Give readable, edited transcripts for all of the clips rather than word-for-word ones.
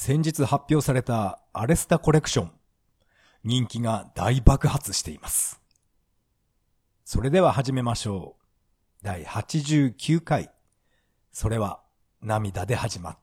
先日発表されたアレスタコレクション、人気が大爆発しています。それでは始めましょう。第89回、それは涙で始まった。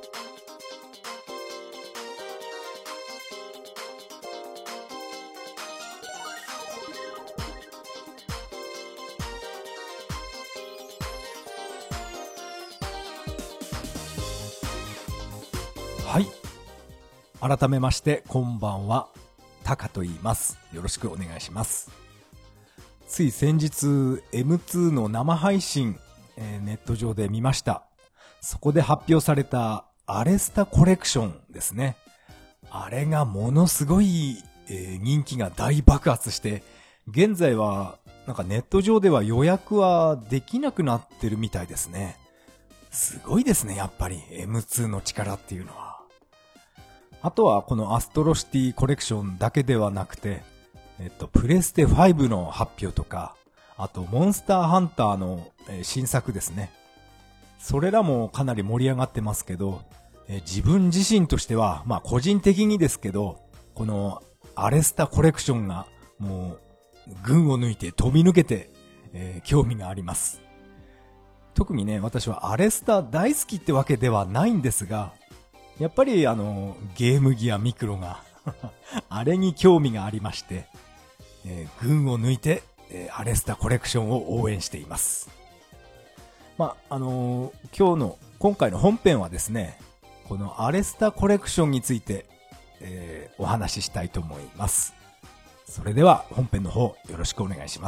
はい。改めましてこんばんは。タカと言います。よろしくお願いします。つい先日 M2 の生配信、ネット上で見ました。そこで発表されたアレスタコレクションですね。あれがものすごい、人気が大爆発して、現在はなんかネット上では予約はできなくなってるみたいですね。すごいですね、やっぱり M2 の力っていうのは。あとはこのアストロシティコレクションだけではなくて、プレステ5の発表とか、あとモンスターハンターの新作ですね。それらもかなり盛り上がってますけど、自分自身としては、まあ個人的にですけど、このアレスタコレクションがもう群を抜いて飛び抜けて、興味があります。特にね、私はアレスタ大好きってわけではないんですが、やっぱりゲームギアミクロがあれに興味がありまして、群を抜いて、アレスタコレクションを応援しています。まあ、今回の本編はですね、このアレスタコレクションについて、お話ししたいと思います。それでは本編の方よろしくお願いします。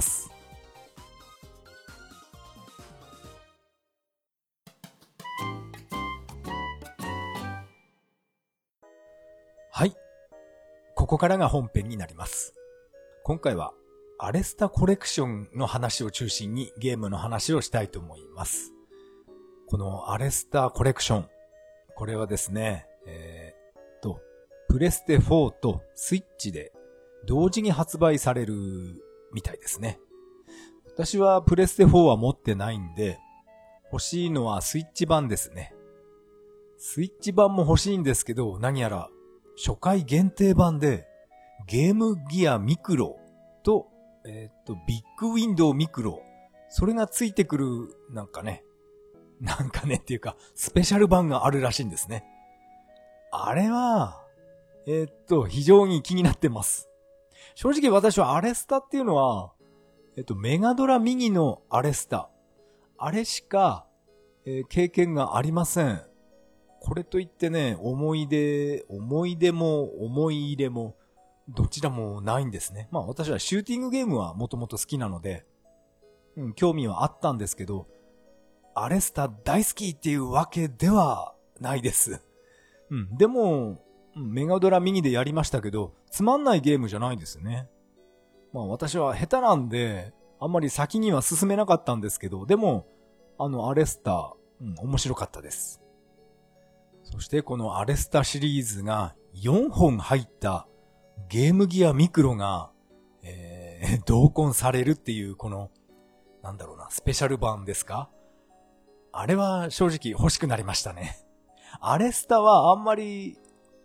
はい。ここからが本編になります。今回はアレスタコレクションの話を中心にゲームの話をしたいと思います。このアレスタコレクション。これはですね、プレステ4とスイッチで同時に発売されるみたいですね。私はプレステ4は持ってないんで、欲しいのはスイッチ版ですね。スイッチ版も欲しいんですけど、何やら初回限定版でゲームギアミクロと、ビッグウィンドウミクロ、それがついてくるなんかねっていうかスペシャル版があるらしいんですね。あれは非常に気になってます。正直私はアレスタっていうのはメガドラミニのアレスタ、あれしか、経験がありません。これといってね、思い出も思い入れもどちらもないんですね。まあ私はシューティングゲームはもともと好きなので、興味はあったんですけど、アレスタ大好きっていうわけではないです。でも、メガドラミニでやりましたけど、つまんないゲームじゃないんですね。まあ私は下手なんで、あんまり先には進めなかったんですけど、でも、アレスタ、面白かったです。そしてこのアレスタシリーズが4本入ったゲームギアミクロが、同梱されるっていうこの、スペシャル版ですか？あれは正直欲しくなりましたね。アレスタはあんまり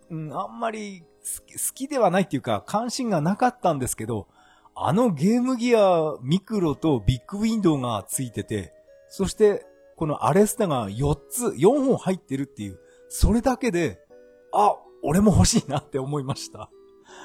好きではないっていうか関心がなかったんですけど、ゲームギアミクロとビッグウィンドウがついてて、そしてこのアレスタが4本入ってるっていう、それだけで、俺も欲しいなって思いました。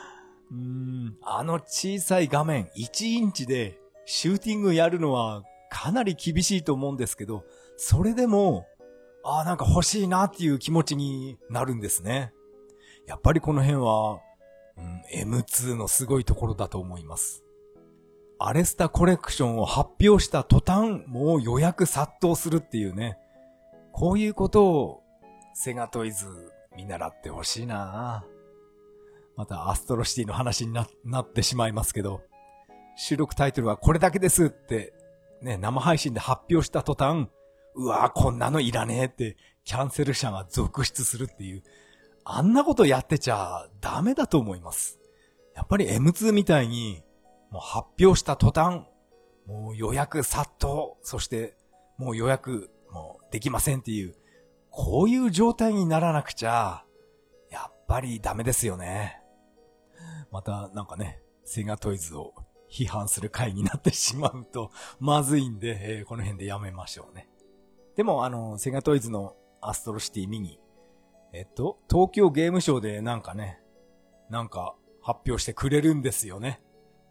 小さい画面1インチでシューティングやるのはかなり厳しいと思うんですけど、それでも、なんか欲しいなっていう気持ちになるんですね。やっぱりこの辺は、M2 のすごいところだと思います。アレスタコレクションを発表した途端、もう予約殺到するっていうね。こういうことをセガトイズ見習ってほしいな。またアストロシティの話に なってしまいますけど、収録タイトルはこれだけですってね、生配信で発表した途端、こんなのいらねえってキャンセル者が続出するっていう、あんなことやってちゃダメだと思います。やっぱり M2 みたいにもう発表した途端、もう予約殺到、そしてもう予約もうできませんっていう、こういう状態にならなくちゃ、 ぱりダメですよね。またなんかね、セガトイズを批判する回になってしまうとまずいんで、この辺でやめましょうね。でもセガトイズのアストロシティミニ、東京ゲームショウでなんか発表してくれるんですよね。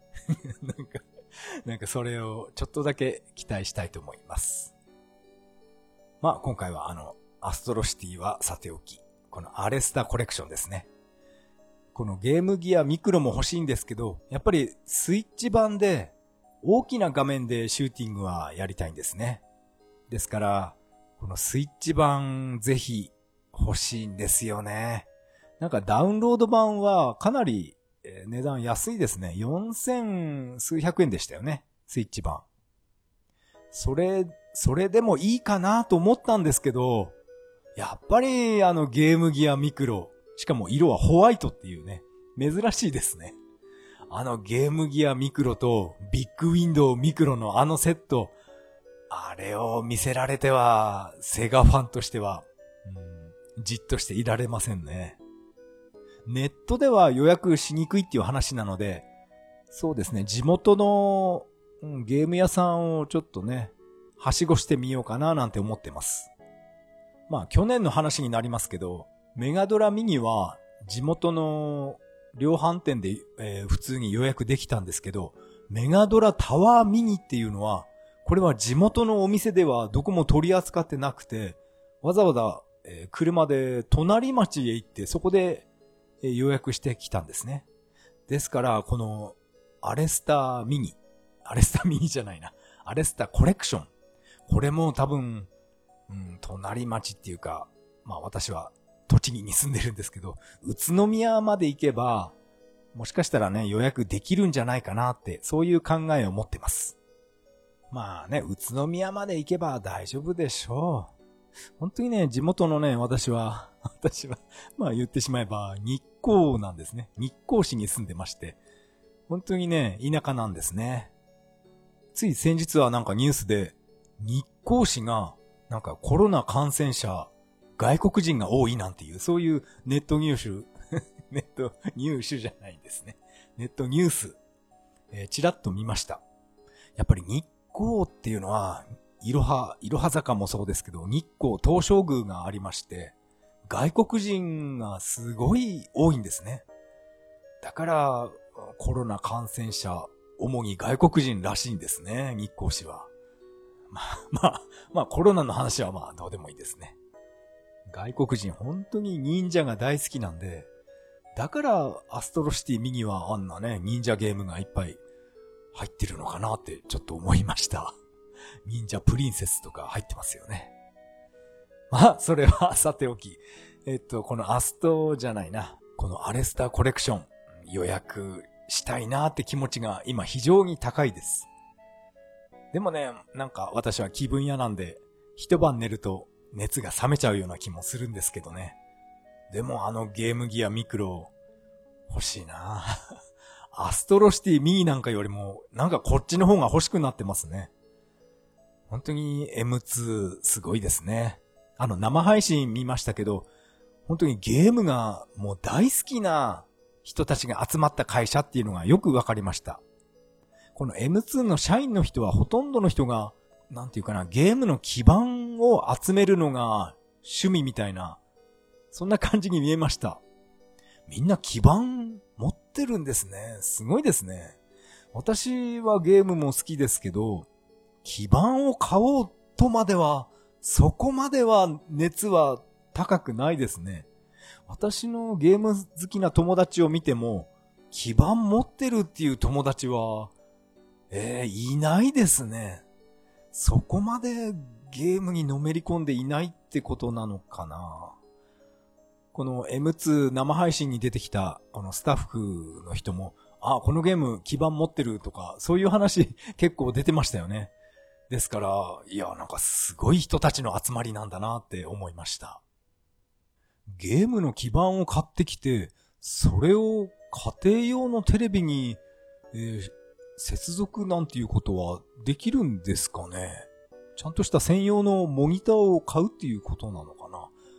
なんかそれをちょっとだけ期待したいと思います。まあ今回はアストロシティはさておき、このアレスタコレクションですね。このゲームギアミクロも欲しいんですけど、やっぱりスイッチ版で大きな画面でシューティングはやりたいんですね。ですから、このスイッチ版ぜひ欲しいんですよね。なんかダウンロード版はかなり値段安いですね。4000数百円でしたよね。スイッチ版。それでもいいかなと思ったんですけど、やっぱりゲームギアミクロ、しかも色はホワイトっていうね、珍しいですね。ゲームギアミクロとビッグウィンドウミクロのセット、あれを見せられては、セガファンとしては、じっとしていられませんね。ネットでは予約しにくいっていう話なので、そうですね、地元の、ゲーム屋さんをちょっとね、はしごしてみようかななんて思ってます。まあ去年の話になりますけど、メガドラミニは地元の量販店で、普通に予約できたんですけど、メガドラタワーミニっていうのは、これは地元のお店ではどこも取り扱ってなくて、わざわざ、車で隣町へ行ってそこで、予約してきたんですね。ですからこのアレスタミニじゃないな。アレスタコレクション。これも多分、隣町っていうか、まあ私は栃木に住んでるんですけど、宇都宮まで行けば、もしかしたらね、予約できるんじゃないかなって、そういう考えを持ってます。まあね、宇都宮まで行けば大丈夫でしょう。本当にね、地元のね、私は、まあ言ってしまえば、日光なんですね。日光市に住んでまして、本当にね、田舎なんですね。つい先日はなんかニュースで、日光市が、なんかコロナ感染者、外国人が多いなんていう、そういうネットニュースじゃないんですね。ネットニュース、ちらっと見ました。やっぱり日光っていうのは、いろは坂もそうですけど、日光東照宮がありまして、外国人がすごい多いんですね。だから、コロナ感染者、主に外国人らしいんですね、日光市は。まあ、コロナの話はまあ、どうでもいいですね。外国人本当に忍者が大好きなんで、だからアストロシティミニはあんなね、忍者ゲームがいっぱい入ってるのかなってちょっと思いました。忍者プリンセスとか入ってますよね。まあ、それはさておき。このアストじゃないな。このアレスターコレクション予約したいなって気持ちが今非常に高いです。でもね、なんか私は気分屋なんで、一晩寝ると熱が冷めちゃうような気もするんですけどね。でもゲームギアミクロ欲しいな。アストロシティミニなんかよりもなんかこっちの方が欲しくなってますね。本当に M2 すごいですね。生配信見ましたけど、本当にゲームがもう大好きな人たちが集まった会社っていうのがよくわかりました。この M2 の社員の人はほとんどの人が、なんていうかな、ゲームの基盤を集めるのが趣味みたいな、そんな感じに見えました。みんな基盤持ってるんですね。すごいですね。私はゲームも好きですけど、基盤を買おうとまでは、そこまでは熱は高くないですね。私のゲーム好きな友達を見ても、基盤持ってるっていう友達は、いないですね。そこまでゲームにのめり込んでいないってことなのかな。この M2 生配信に出てきたこのスタッフの人も、このゲーム基盤持ってるとか、そういう話結構出てましたよね。ですから、いや、なんかすごい人たちの集まりなんだなって思いました。ゲームの基盤を買ってきて、それを家庭用のテレビに、接続なんていうことはできるんですかね。ちゃんとした専用のモニターを買うっていうことなのかな。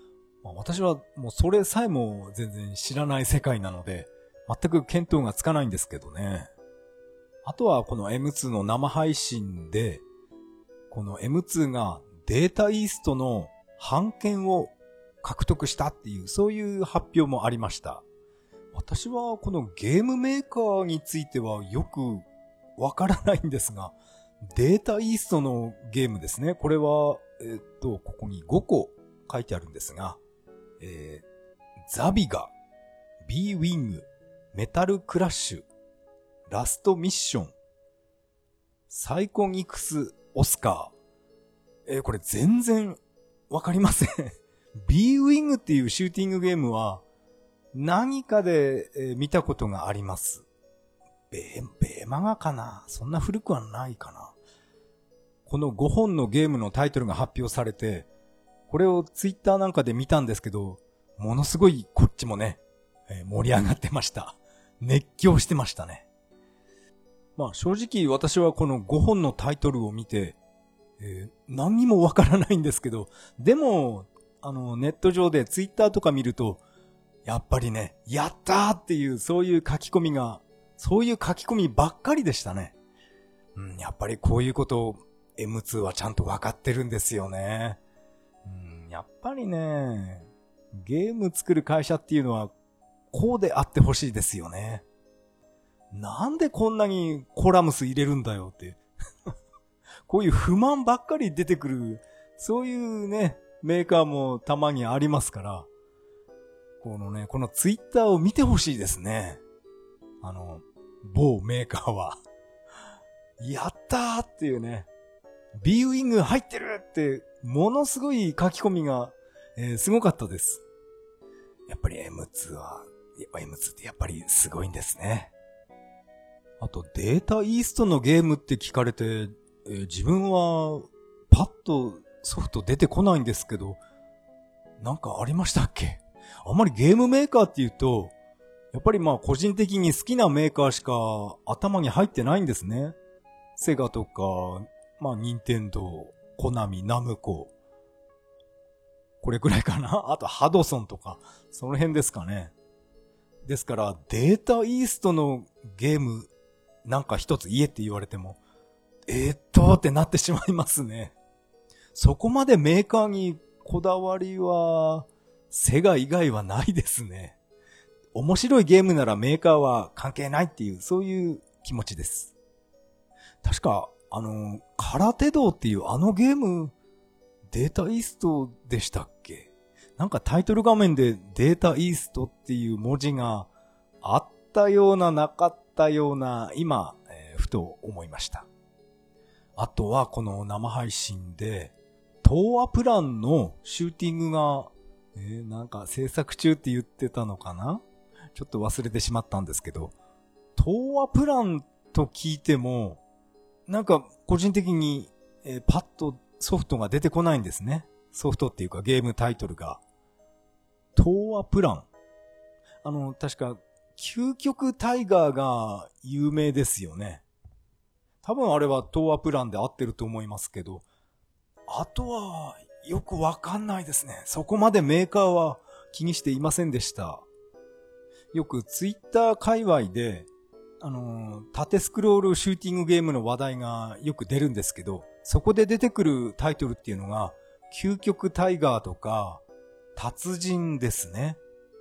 私はもうそれさえも全然知らない世界なので、全く見当がつかないんですけどね。あとはこの M2 の生配信で、この M2 がデータイーストの版権を獲得したっていう、そういう発表もありました。私はこのゲームメーカーについてはよくわからないんですが、データイーストのゲームですね。これは、ここに5個書いてあるんですが、ザビガ、ビーウィング、メタルクラッシュ、ラストミッション、サイコニクスオスカー。これ全然わかりません。ビーウィングっていうシューティングゲームは何かで、見たことがあります。ベーマガかな？そんな古くはないかな。この5本のゲームのタイトルが発表されて、これをツイッターなんかで見たんですけど、ものすごいこっちもね、盛り上がってました。熱狂してましたね。正直私はこの5本のタイトルを見て、何にもわからないんですけど、でも、ネット上でツイッターとか見ると、やっぱりね、やったーっていう、そういう書き込みばっかりでしたね。やっぱりこういうことを M2 はちゃんとわかってるんですよね。やっぱりね、ゲーム作る会社っていうのは、こうであってほしいですよね。なんでこんなにコラムス入れるんだよって。こういう不満ばっかり出てくる、そういうね、メーカーもたまにありますから、このツイッターを見てほしいですね。某メーカーは。やったーっていうね、ビーウィング入ってるって、ものすごい書き込みが、すごかったです。やっぱり M2 ってやっぱりすごいんですね。あとデータイーストのゲームって聞かれて、自分はパッとソフト出てこないんですけど、なんかありましたっけ？あんまりゲームメーカーって言うと、やっぱり個人的に好きなメーカーしか頭に入ってないんですね。セガとか、任天堂、コナミ、ナムコ。これくらいかな？あとハドソンとか、その辺ですかね。ですからデータイーストのゲームなんか一つ言えって言われても、ってなってしまいますね。そこまでメーカーにこだわりは、セガ以外はないですね。面白いゲームならメーカーは関係ないっていう、そういう気持ちです。確か、空手道っていうゲーム、データイーストでしたっけ？なんかタイトル画面でデータイーストっていう文字があったようななかったような、今、ふと思いました。あとはこの生配信で、東亜プランのシューティングが、なんか制作中って言ってたのかな？ちょっと忘れてしまったんですけど、東亜プランと聞いても、なんか個人的に、パッとソフトが出てこないんですね。ソフトっていうかゲームタイトルが。東亜プラン。確か、究極タイガーが有名ですよね。多分あれは東亜プランで合ってると思いますけど、あとはよくわかんないですね。そこまでメーカーは気にしていませんでした。よくツイッター界隈で、縦スクロールシューティングゲームの話題がよく出るんですけど、そこで出てくるタイトルっていうのが、究極タイガーとか、達人ですね。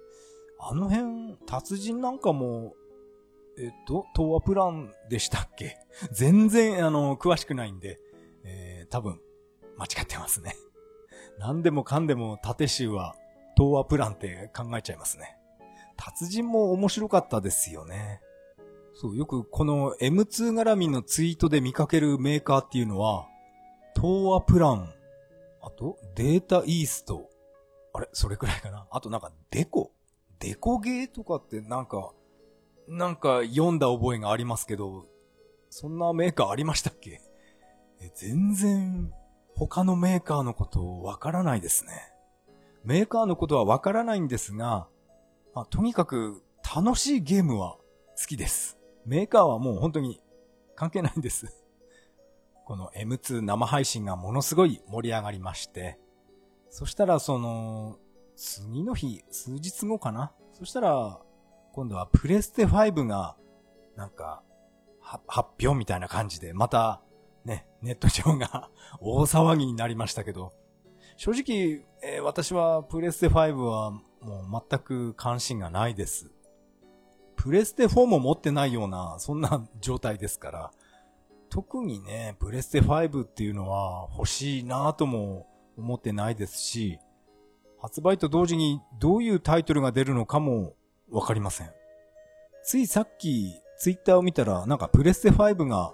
達人なんかも、東亜プランでしたっけ？全然、詳しくないんで、多分、間違ってますね。何でもかんでも縦集は、東亜プランって考えちゃいますね。達人も面白かったですよね。そう、よくこの M2 絡みのツイートで見かけるメーカーっていうのは、東亜プラン、あと、データイースト、それくらいかな。あとなんか、デコゲーとかってなんか読んだ覚えがありますけど、そんなメーカーありましたっけ？全然他のメーカーのことわからないですね。メーカーのことはわからないんですが、とにかく楽しいゲームは好きです。メーカーはもう本当に関係ないんです。この M2 生配信がものすごい盛り上がりまして、そしたら次の日、数日後かな。そしたら、今度はプレステ5が、なんか、発表みたいな感じで、また、ね、ネット上が大騒ぎになりましたけど、正直、私はプレステ5はもう全く関心がないです。プレステ4も持ってないような、そんな状態ですから、特にね、プレステ5っていうのは欲しいなぁとも思ってないですし、発売と同時にどういうタイトルが出るのかもわかりません。ついさっきツイッターを見たら、なんかプレステ5が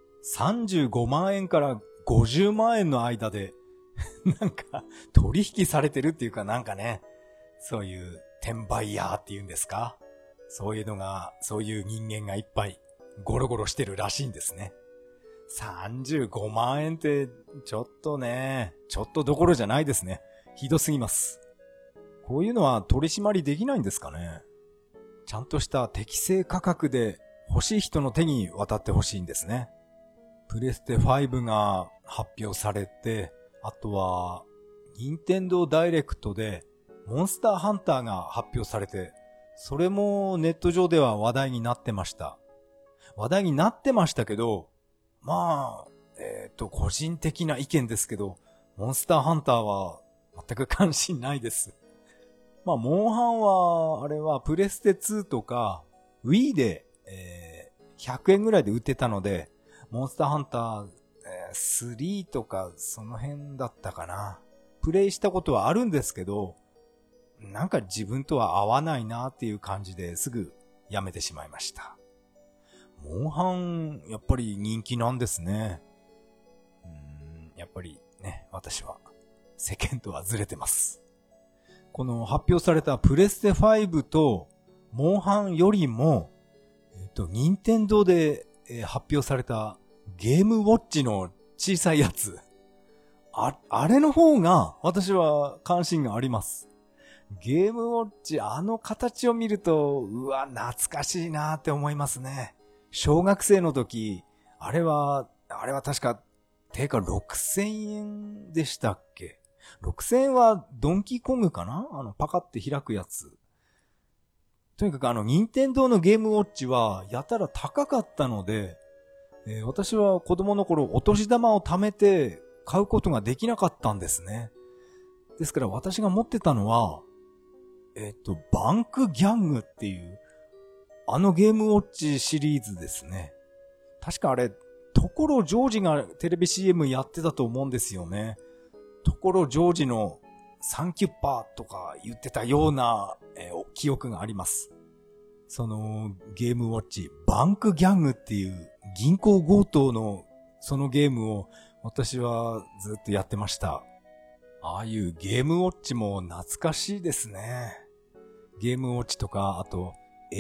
35万円から50万円の間でなんか取引されてるっていうか、なんかね、そういう転売ヤーっていうんですか、そういうのが、そういう人間がいっぱいゴロゴロしてるらしいんですね。35万円ってちょっとね、ちょっとどころじゃないですね。ひどすぎます。こういうのは取り締まりできないんですかね。ちゃんとした適正価格で欲しい人の手に渡ってほしいんですね。プレステ5が発表されて、あとは任天堂ダイレクトでモンスターハンターが発表されて、それもネット上では話題になってました。話題になってましたけど、まあ、個人的な意見ですけど、モンスターハンターは全く関心ないです。まあ、モンハンは、あれはプレステ2とか Wii で、100円ぐらいで売ってたので、モンスターハンター、3とかその辺だったかな。プレイしたことはあるんですけど、なんか自分とは合わないなっていう感じですぐやめてしまいました。モンハン、やっぱり人気なんですね。やっぱりね、私は世間とはずれてます。この発表されたプレステ5とモンハンよりも、任天堂で、発表されたゲームウォッチの小さいやつ。あれの方が私は関心があります。ゲームウォッチ、あの形を見ると、うわ、懐かしいなって思いますね。小学生の時、あれは確か、定価6000円でしたっけ？ 6000 円はドンキーコングかな？パカって開くやつ。とにかく任天堂のゲームウォッチは、やたら高かったので、私は子供の頃、お年玉を貯めて買うことができなかったんですね。ですから私が持ってたのは、バンクギャングっていう、ゲームウォッチシリーズですね。確かあれ、所ジョージがテレビ CM やってたと思うんですよね。所ジョージのサンキュッパーとか言ってたような、記憶があります。そのゲームウォッチ、バンクギャングっていう銀行強盗のそのゲームを私はずっとやってました。ああいうゲームウォッチも懐かしいですね。ゲームウォッチとか、あと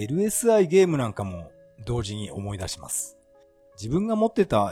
LSI ゲームなんかも同時に思い出します。自分が持ってた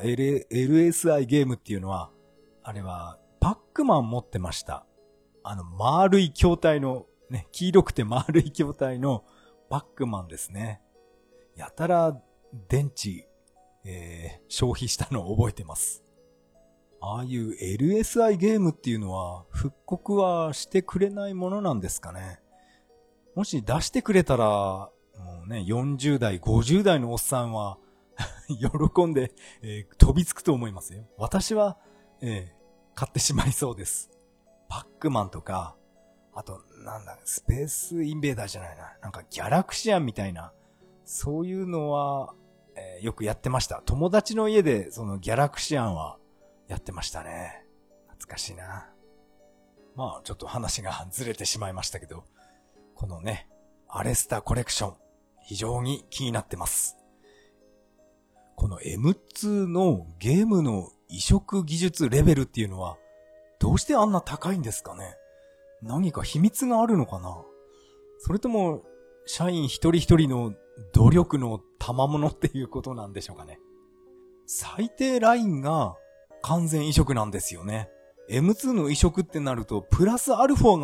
LSI ゲームっていうのは、あれはパックマン持ってました。丸い筐体の、ね、黄色くて丸い筐体のパックマンですね。やたら電池、消費したのを覚えてます。ああいう LSI ゲームっていうのは復刻はしてくれないものなんですかね。もし出してくれたら、もうね、40代、50代のおっさんは喜んで、飛びつくと思いますよ。私は、買ってしまいそうです。パックマンとか、あと、スペースインベーダーじゃないな。なんかギャラクシアンみたいな、そういうのは、よくやってました。友達の家でそのギャラクシアンはやってましたね。懐かしいな。まあ、ちょっと話がずれてしまいましたけど、このね、アレスタコレクション、非常に気になってます。この M2 のゲームの移植技術レベルっていうのは、どうしてあんな高いんですかね？何か秘密があるのかな？それとも、社員一人一人の努力の賜物っていうことなんでしょうかね。最低ラインが完全移植なんですよね。M2 の移植ってなると、プラスアルファ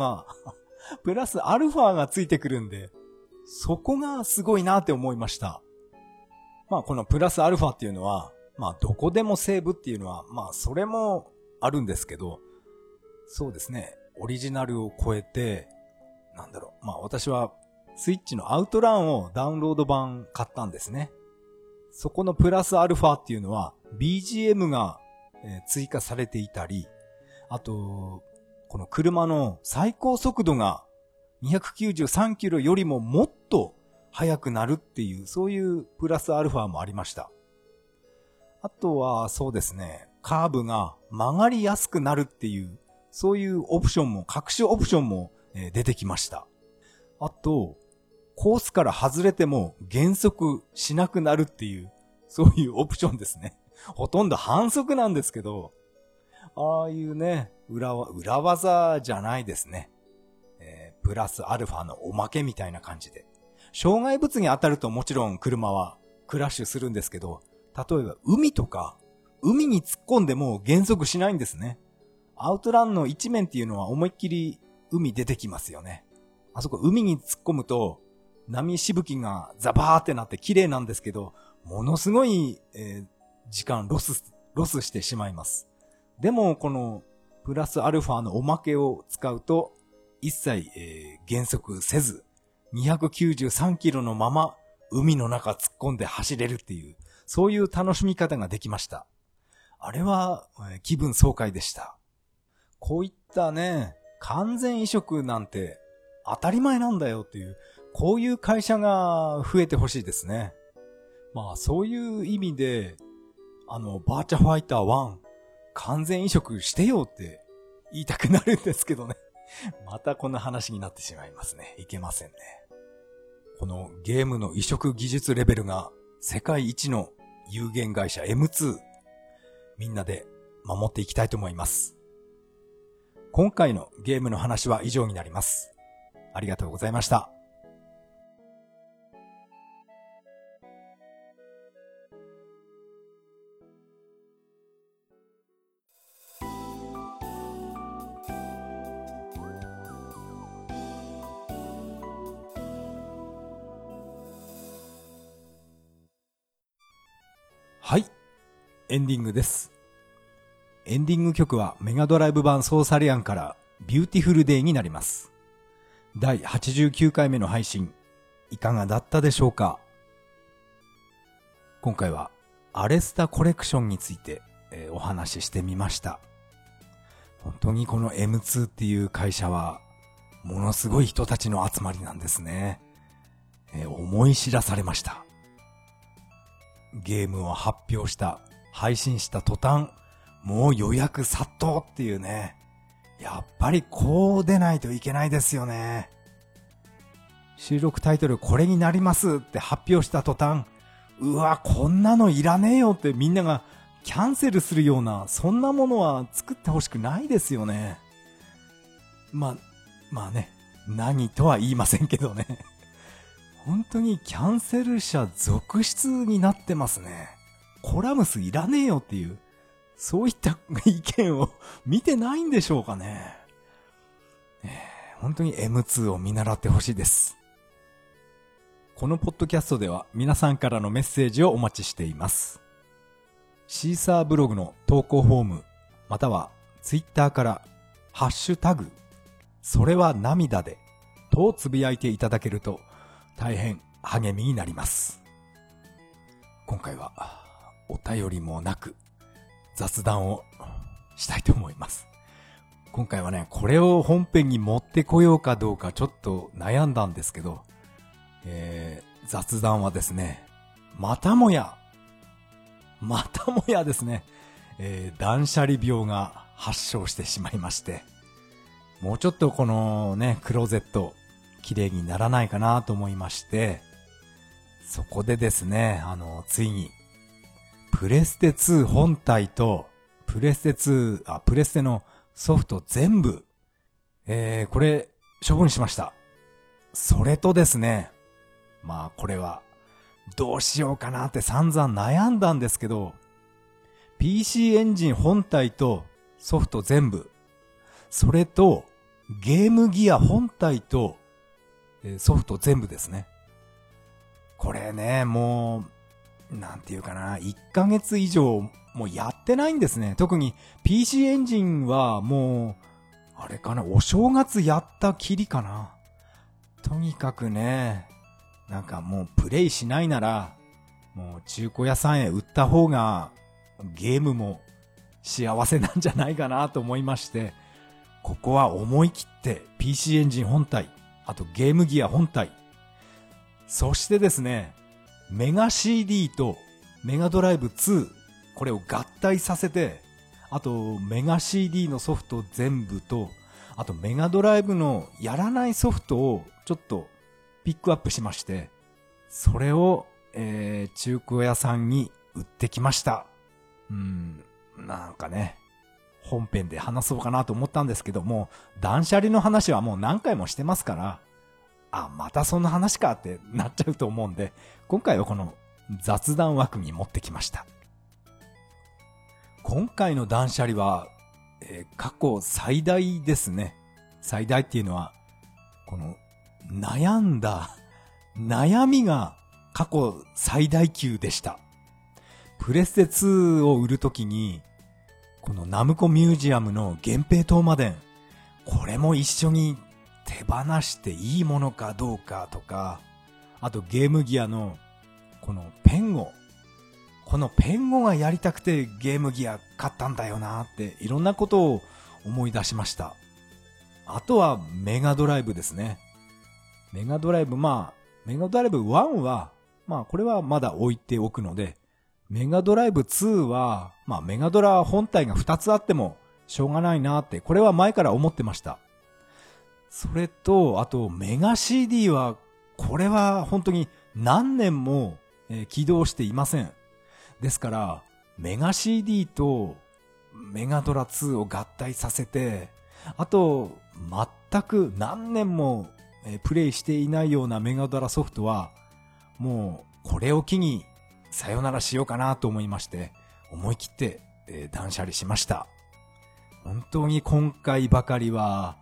がついてくるんで、そこがすごいなって思いました。まあこのプラスアルファっていうのは、まあどこでもセーブっていうのは、まあそれもあるんですけど、そうですね、オリジナルを超えて、 私はスイッチのアウトランをダウンロード版買ったんですね。そこのプラスアルファっていうのは BGM が追加されていたり、あと、この車の最高速度が293キロよりももっと速くなるっていう、そういうプラスアルファもありました。あとはそうですね、カーブが曲がりやすくなるっていう、そういうオプションも、隠しオプションも出てきました。あと、コースから外れても減速しなくなるっていう、そういうオプションですね。ほとんど反則なんですけど、ああいうね、裏技じゃないですね。プラスアルファのおまけみたいな感じで。障害物に当たるともちろん車はクラッシュするんですけど、例えば海とか、海に突っ込んでも減速しないんですね。アウトランの一面っていうのは思いっきり海出てきますよね。あそこ海に突っ込むと波しぶきがザバーってなって綺麗なんですけど、ものすごい、時間ロスしてしまいます。でもこのプラスアルファのおまけを使うと一切、減速せず293キロのまま海の中突っ込んで走れるっていう、そういう楽しみ方ができました。あれは、気分爽快でした。こういったね、完全移植なんて当たり前なんだよっていう、こういう会社が増えてほしいですね。そういう意味で、バーチャファイター1、完全移植してよって言いたくなるんですけどね。またこんな話になってしまいますね。いけませんね。このゲームの移植技術レベルが世界一の有限会社 M2、みんなで守っていきたいと思います。今回のゲームの話は以上になります。ありがとうございました。はい、エンディングです。エンディング曲はメガドライブ版ソーサリアンからビューティフルデイになります。第89回目の配信、いかがだったでしょうか。今回はアレスタコレクションについて、お話ししてみました。本当にこの M2 っていう会社はものすごい人たちの集まりなんですね。思い知らされました。ゲームを発表した、配信した途端、もう予約殺到っていうね。やっぱりこう出ないといけないですよね。収録タイトルこれになりますって発表した途端、うわ、こんなのいらねえよってみんながキャンセルするような、そんなものは作ってほしくないですよね。まあね、何とは言いませんけどね。本当にキャンセル者続出になってますね。コラムスいらねえよっていう、そういった意見を見てないんでしょうかね。本当に M2 を見習ってほしいです。このポッドキャストでは皆さんからのメッセージをお待ちしています。シーサーブログの投稿フォーム、またはツイッターからハッシュタグ、それは涙でとつぶやいていただけると大変励みになります。今回はお便りもなく雑談をしたいと思います。今回はね、これを本編に持ってこようかどうかちょっと悩んだんですけど、雑談はですね、またもやですね、断捨離病が発症してしまいまして、もうちょっとこのね、クローゼット綺麗にならないかなと思いまして、そこでですね、ついにプレステ2本体とプレステのソフト全部、これ処分しました。それとですね、これはどうしようかなって散々悩んだんですけど、PC エンジン本体とソフト全部、それとゲームギア本体とソフト全部ですね。これね、もうなんていうかな、1ヶ月以上もうやってないんですね。特に PC エンジンはもうあれかな、お正月やったきりかな。 とにかくね、なんかもうプレイしないなら、もう中古屋さんへ売った方がゲームも幸せなんじゃないかなと思いまして、ここは思い切って PC エンジン本体、あとゲームギア本体、そしてですね、メガ CD とメガドライブ2、これを合体させて、あとメガ CD のソフト全部と、あとメガドライブのやらないソフトをちょっとピックアップしまして、それを、中古屋さんに売ってきました。なんかね、本編で話そうかなと思ったんですけども、断捨離の話はもう何回もしてますから、またそんな話かってなっちゃうと思うんで、今回はこの雑談枠に持ってきました。今回の断捨離は、過去最大ですね。最大っていうのは、この悩みが過去最大級でした。プレステ2を売るときに、このナムコミュージアムの源平東馬伝、これも一緒に手放していいものかどうかとか、あとゲームギアのこのペンゴがやりたくてゲームギア買ったんだよなっていろんなことを思い出しました。あとはメガドライブですね。メガドライブ1は、これはまだ置いておくので、メガドライブ2は、メガドラ本体が2つあってもしょうがないなって、これは前から思ってました。それと、あとメガ CD は、これは本当に何年も起動していません。ですから、メガ CD とメガドラ2を合体させて、あと、全く何年もプレイしていないようなメガドラソフトは、もうこれを機にさよならしようかなと思いまして、思い切って断捨離しました。本当に今回ばかりは、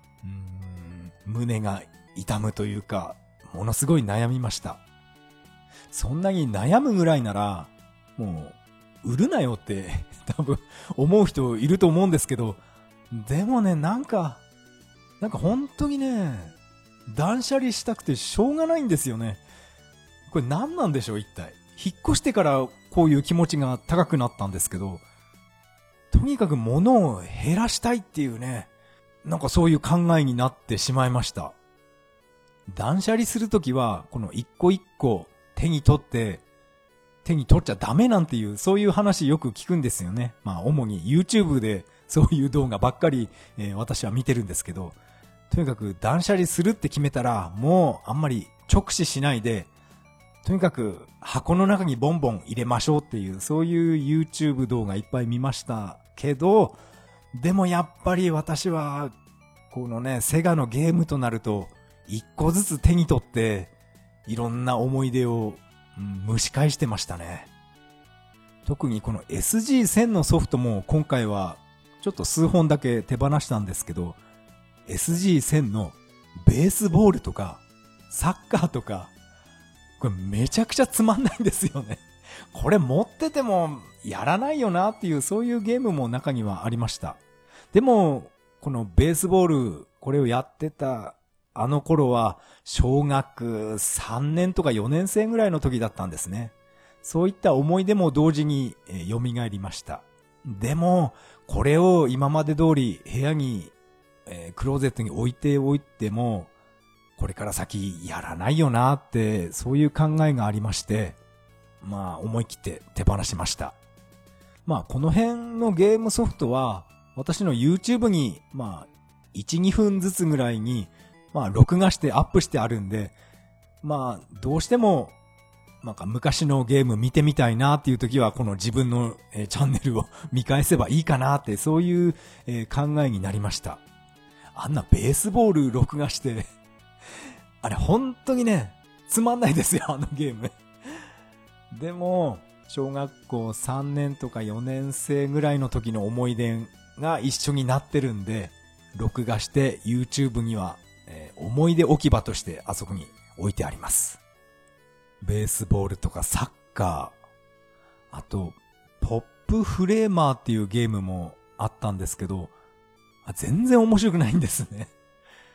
胸が痛むというか、ものすごい悩みました。そんなに悩むぐらいなら、もう売るなよって多分思う人いると思うんですけど、でもね、なんか本当にね、断捨離したくてしょうがないんですよね。これ何なんでしょう一体。引っ越してからこういう気持ちが高くなったんですけど、とにかく物を減らしたいっていうね、なんかそういう考えになってしまいました。断捨離するときは、この一個一個手に取っちゃダメなんていう、そういう話よく聞くんですよね。主に YouTube でそういう動画ばっかり、私は見てるんですけど、とにかく断捨離するって決めたら、もうあんまり直視しないで、とにかく箱の中にボンボン入れましょうっていう、そういう YouTube 動画いっぱい見ましたけど、でもやっぱり私は、このね、セガのゲームとなると、一個ずつ手に取って、いろんな思い出を、蒸し返してましたね。特にこの SG1000 のソフトも今回は、ちょっと数本だけ手放したんですけど、SG1000 のベースボールとか、サッカーとか、これめちゃくちゃつまんないんですよね。これ持っててもやらないよなっていう、そういうゲームも中にはありました。でも、このベースボール、これをやってたあの頃は小学3年とか4年生ぐらいの時だったんですね。そういった思い出も同時に蘇りました。でも、これを今まで通り部屋に、クローゼットに置いておいても、これから先やらないよなって、そういう考えがありまして、思い切って手放しました。この辺のゲームソフトは、私の YouTube に、1、2分ずつぐらいに、録画してアップしてあるんで、どうしても、昔のゲーム見てみたいなっていう時は、この自分の、チャンネルを見返せばいいかなって、そういう、考えになりました。あんなベースボール録画して、あれ本当にね、つまんないですよ、あのゲーム。でも、小学校3年とか4年生ぐらいの時の思い出が一緒になってるんで、録画して YouTube には、思い出置き場としてあそこに置いてあります。ベースボールとかサッカー、あと、ポップフレーマーっていうゲームもあったんですけど、全然面白くないんですね。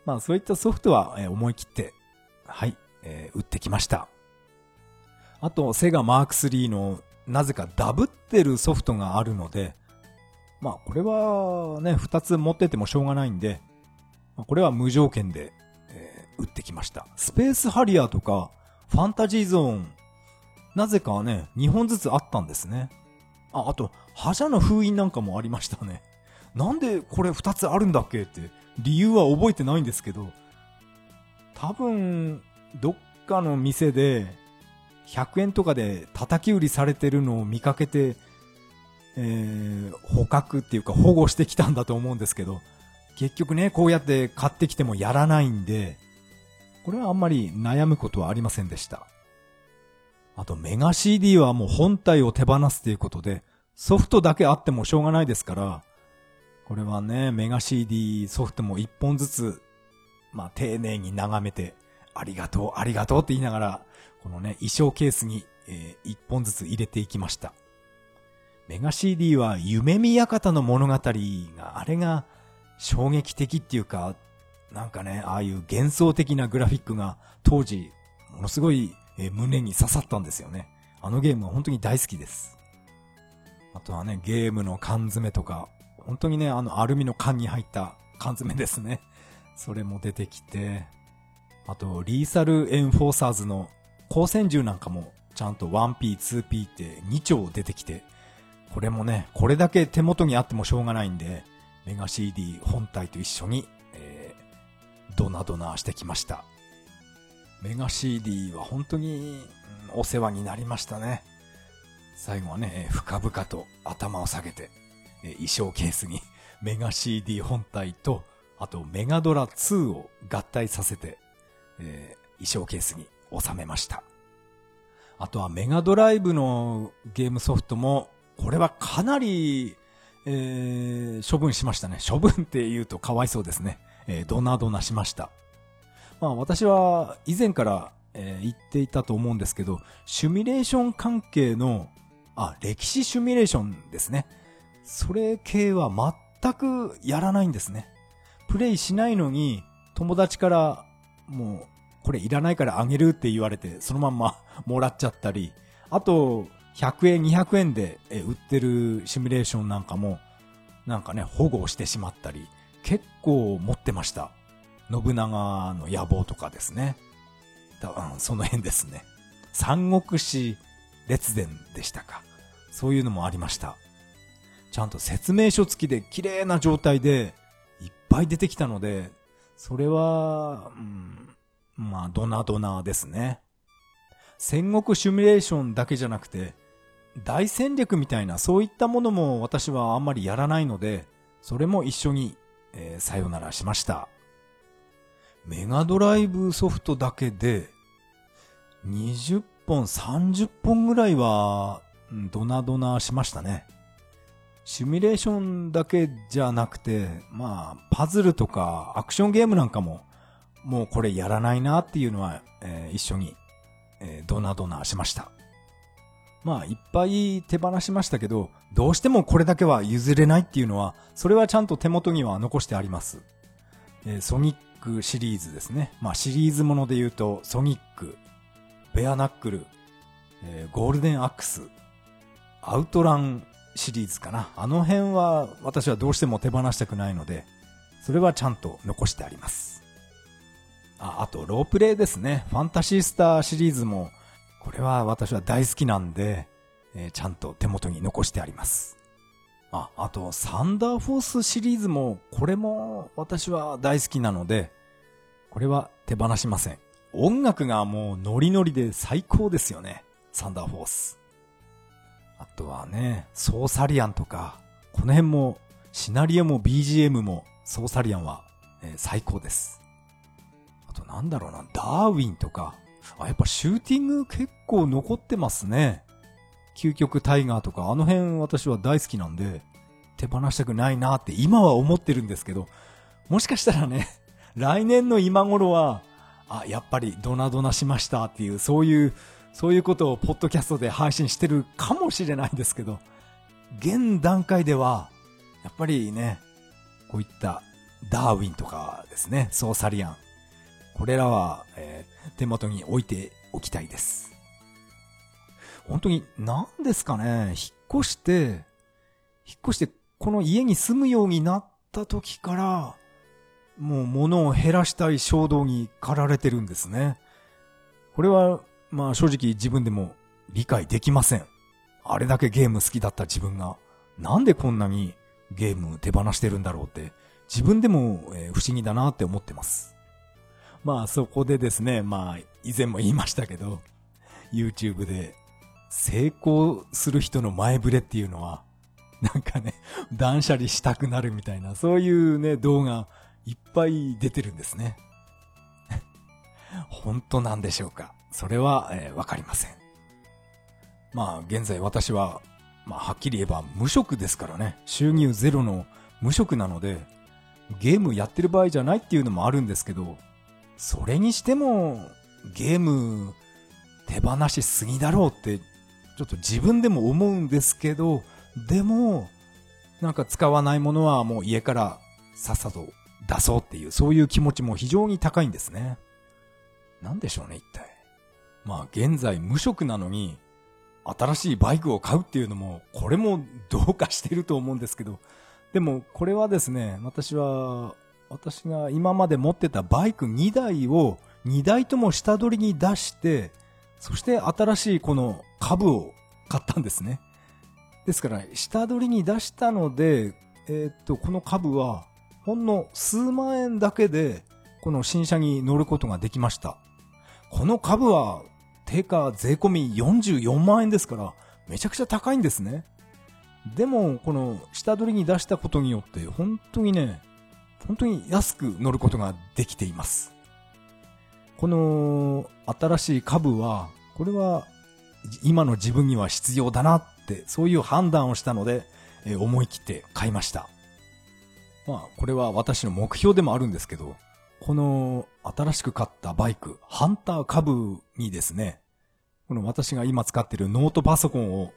まあそういったソフトは思い切って、はい、売ってきました。あと、セガマーク3のなぜかダブってるソフトがあるので、まあこれはね、2つ持っててもしょうがないんで、これは無条件で、売ってきました。スペースハリアーとか、ファンタジーゾーン、なぜかね、2本ずつあったんですね。あと、覇者の封印なんかもありましたね。なんでこれ2つあるんだっけって、理由は覚えてないんですけど、多分、どっかの店で、100円とかで叩き売りされてるのを見かけて、捕獲っていうか保護してきたんだと思うんですけど、結局ね、こうやって買ってきてもやらないんで、これはあんまり悩むことはありませんでした。あとメガ CD はもう本体を手放すということで、ソフトだけあってもしょうがないですから、これはね、メガ CD ソフトも1本ずつ、まあ丁寧に眺めて、ありがとう、ありがとうって言いながら、このね、衣装ケースに、1本ずつ入れていきました。メガ CD は夢見館の物語が、あれが衝撃的っていうか、なんかね、ああいう幻想的なグラフィックが当時、ものすごい胸に刺さったんですよね。あのゲームは本当に大好きです。あとはね、ゲームの缶詰とか、本当にね、アルミの缶に入った缶詰ですね。それも出てきて、あと、リーサルエンフォーサーズの光線銃なんかも、ちゃんと 1P、2P って2丁出てきて、これもね、これだけ手元にあってもしょうがないんで、メガ CD 本体と一緒に、ドナドナしてきました。メガ CD は本当に、お世話になりましたね。最後はね、深々と頭を下げて、衣装ケースにメガ CD 本体と、あとメガドラ2を合体させて、衣装ケースに収めました。あとはメガドライブのゲームソフトも、これはかなり、処分しましたね。処分って言うとかわいそうですね。ドナドナしました。まあ私は以前から、言っていたと思うんですけど、シミュレーション関係の、歴史シミュレーションですね。それ系は全くやらないんですね。プレイしないのに、友達からもう、これいらないからあげるって言われて、そのまんまもらっちゃったり、あと、100円、200円で売ってるシミュレーションなんかも、なんかね、保護してしまったり、結構持ってました。信長の野望とかですね。その辺ですね。三国志列伝でしたか。そういうのもありました。ちゃんと説明書付きで綺麗な状態でいっぱい出てきたので、それは、まあ、ドナドナですね。戦国シミュレーションだけじゃなくて、大戦略みたいなそういったものも私はあんまりやらないので、それも一緒に、さよならしました。メガドライブソフトだけで20本30本ぐらいはドナドナしましたね。シミュレーションだけじゃなくて、まあパズルとかアクションゲームなんかももうこれやらないなっていうのは、一緒に、ドナドナしました。まあいっぱい手放しましたけど、どうしてもこれだけは譲れないっていうのは、それはちゃんと手元には残してあります。ソニックシリーズですね。まあシリーズもので言うと、ソニック、ベアナックル、ゴールデンアックス、アウトランシリーズかな。あの辺は私はどうしても手放したくないので、それはちゃんと残してあります。あとロープレイですね。ファンタシースターシリーズも、これは私は大好きなんで、ちゃんと手元に残してあります。あとサンダーフォースシリーズも、これも私は大好きなので、これは手放しません。音楽がもうノリノリで最高ですよね。サンダーフォース。あとはね、ソーサリアンとか、この辺もシナリオも BGM もソーサリアンは、最高です。あとなんだろうな、ダーウィンとか、やっぱシューティング結構残ってますね。究極タイガーとか、あの辺私は大好きなんで、手放したくないなって今は思ってるんですけど、もしかしたらね、来年の今頃は、やっぱりドナドナしましたっていう、そういうことをポッドキャストで配信してるかもしれないんですけど、現段階では、やっぱりね、こういったダーウィンとかですね、ソーサリアン。これらは、手元に置いておきたいです。本当に何ですかね、引っ越してこの家に住むようになった時から、もう物を減らしたい衝動に駆られてるんですね。これは、まあ正直自分でも理解できません。あれだけゲーム好きだった自分が、なんでこんなにゲーム手放してるんだろうって、自分でも不思議だなって思ってます。まあそこでですね、まあ以前も言いましたけど、YouTube で成功する人の前触れっていうのは、なんかね、断捨離したくなるみたいな、そういうね、動画いっぱい出てるんですね。本当なんでしょうか。それは、わかりません。まあ現在私は、まあはっきり言えば無職ですからね、収入ゼロの無職なので、ゲームやってる場合じゃないっていうのもあるんですけど、それにしてもゲーム手放しすぎだろうってちょっと自分でも思うんですけど、でもなんか使わないものはもう家からさっさと出そうっていう、そういう気持ちも非常に高いんですね。なんでしょうね、一体。まあ現在無職なのに新しいバイクを買うっていうのも、これもどうかしてると思うんですけど、でもこれはですね、私が今まで持ってたバイク2台を2台とも下取りに出して、そして新しいこの株を買ったんですね。ですから下取りに出したので、この株はほんの数万円だけでこの新車に乗ることができました。この株は定価税込み44万円ですから、めちゃくちゃ高いんですね。でもこの下取りに出したことによって本当に安く乗ることができています。この新しい株は、これは今の自分には必要だなって、そういう判断をしたので、思い切って買いました。まあこれは私の目標でもあるんですけど、この新しく買ったバイク、ハンター株にですね、この私が今使っているノートパソコンを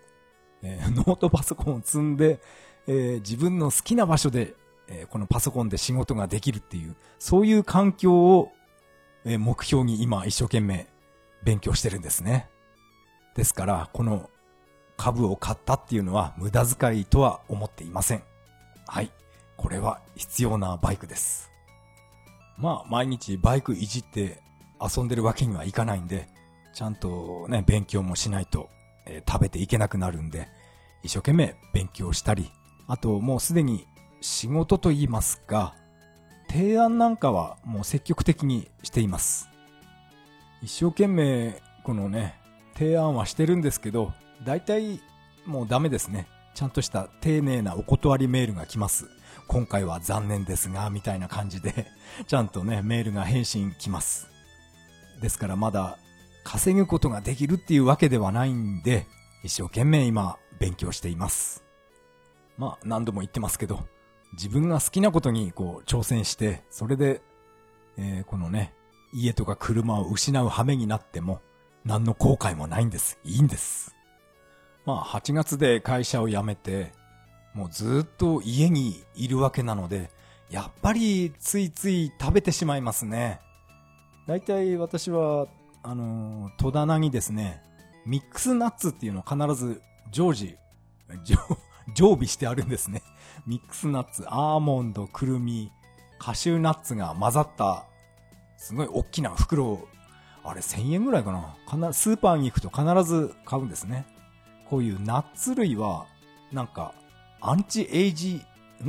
積んで、自分の好きな場所で、このパソコンで仕事ができるっていう、そういう環境を、目標に今一生懸命勉強してるんですね。ですからこの株を買ったっていうのは無駄遣いとは思っていません。はい、これは必要なバイクです。まあ毎日バイクいじって遊んでるわけにはいかないんで、ちゃんとね勉強もしないと、食べていけなくなるんで、一生懸命勉強したり、あともうすでに仕事と言いますか、提案なんかはもう積極的にしています。一生懸命このね提案はしてるんですけど、大体もうダメですね。ちゃんとした丁寧なお断りメールが来ます。今回は残念ですがみたいな感じでちゃんとねメールが返信来ます。ですからまだ稼ぐことができるっていうわけではないんで、一生懸命今勉強しています。まあ何度も言ってますけど、自分が好きなことにこう挑戦して、それで、このね家とか車を失う羽目になっても何の後悔もないんです。いいんです。まあ8月で会社を辞めて、もうずっと家にいるわけなので、やっぱりついつい食べてしまいますね。だいたい私は戸棚にですね、ミックスナッツっていうのを必ず常備してあるんですね。ミックスナッツ、アーモンド、くるみ、カシューナッツが混ざったすごい大きな袋を、あれ1000円ぐらいかな、スーパーに行くと必ず買うんですね。こういうナッツ類はなんかアンチエイジ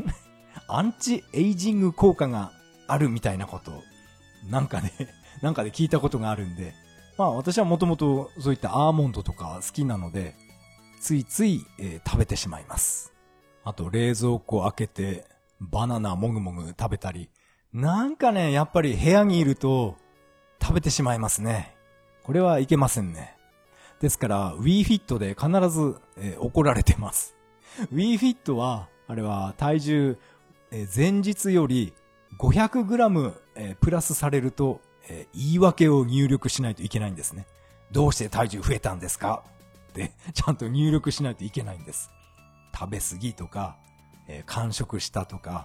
ング効果があるみたいなことをなんかで聞いたことがあるんで、まあ私はもともとそういったアーモンドとか好きなので、ついつい、食べてしまいます。あと冷蔵庫開けてバナナもぐもぐ食べたり、なんかねやっぱり部屋にいると食べてしまいますね。これはいけませんね。ですから WeFit で必ず、怒られてます。WeFit はあれは体重、前日より 500g、プラスされると、言い訳を入力しないといけないんですね。どうして体重増えたんですかってちゃんと入力しないといけないんです。食べ過ぎとか、間食したとか、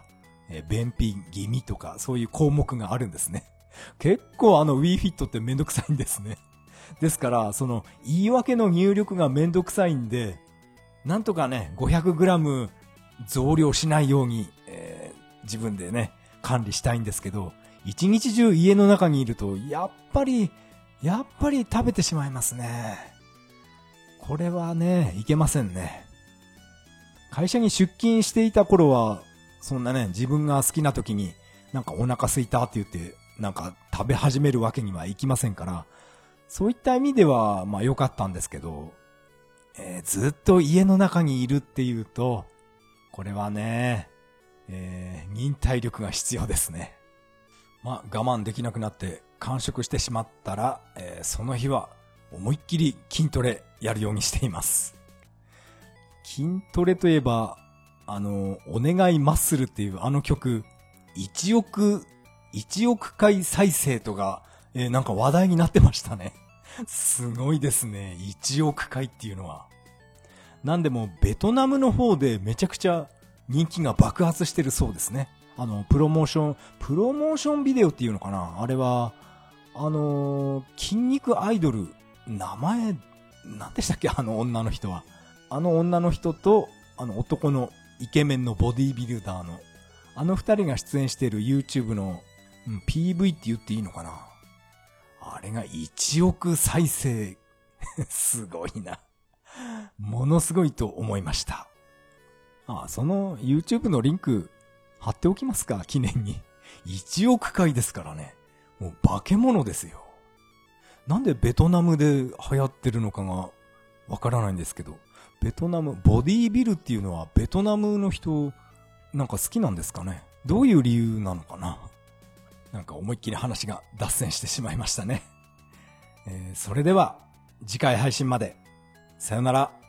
便秘気味とかそういう項目があるんですね。結構Wii Fit ってめんどくさいんですね。ですから、その言い訳の入力がめんどくさいんで、なんとかね、500g 増量しないように、自分でね、管理したいんですけど、一日中家の中にいると、やっぱり食べてしまいますね。これはね、いけませんね。会社に出勤していた頃は、そんなね、自分が好きな時に、なんかお腹空いたって言って、なんか食べ始めるわけにはいきませんから、そういった意味では、まあ良かったんですけど、ずっと家の中にいるっていうと、これはね、忍耐力が必要ですね。まあ我慢できなくなって完食してしまったら、その日は思いっきり筋トレやるようにしています。筋トレといえば、お願いマッスルっていう曲、1億回再生とか、なんか話題になってましたね。すごいですね。1億回っていうのは。なんでもベトナムの方でめちゃくちゃ人気が爆発してるそうですね。プロモーションビデオっていうのかな、あれは、筋肉アイドル、名前、何でしたっけ、女の人は。女の人と、男のイケメンのボディービルダーの、二人が出演している YouTube の、PV って言っていいのかな。あれが1億再生。すごいな。ものすごいと思いました。その YouTube のリンク貼っておきますか、記念に。1億回ですからね。もう化け物ですよ。なんでベトナムで流行ってるのかがわからないんですけど、ベトナム、ボディービルっていうのはベトナムの人なんか好きなんですかね。どういう理由なのかな。なんか思いっきり話が脱線してしまいましたね。それでは次回配信まで。さよなら。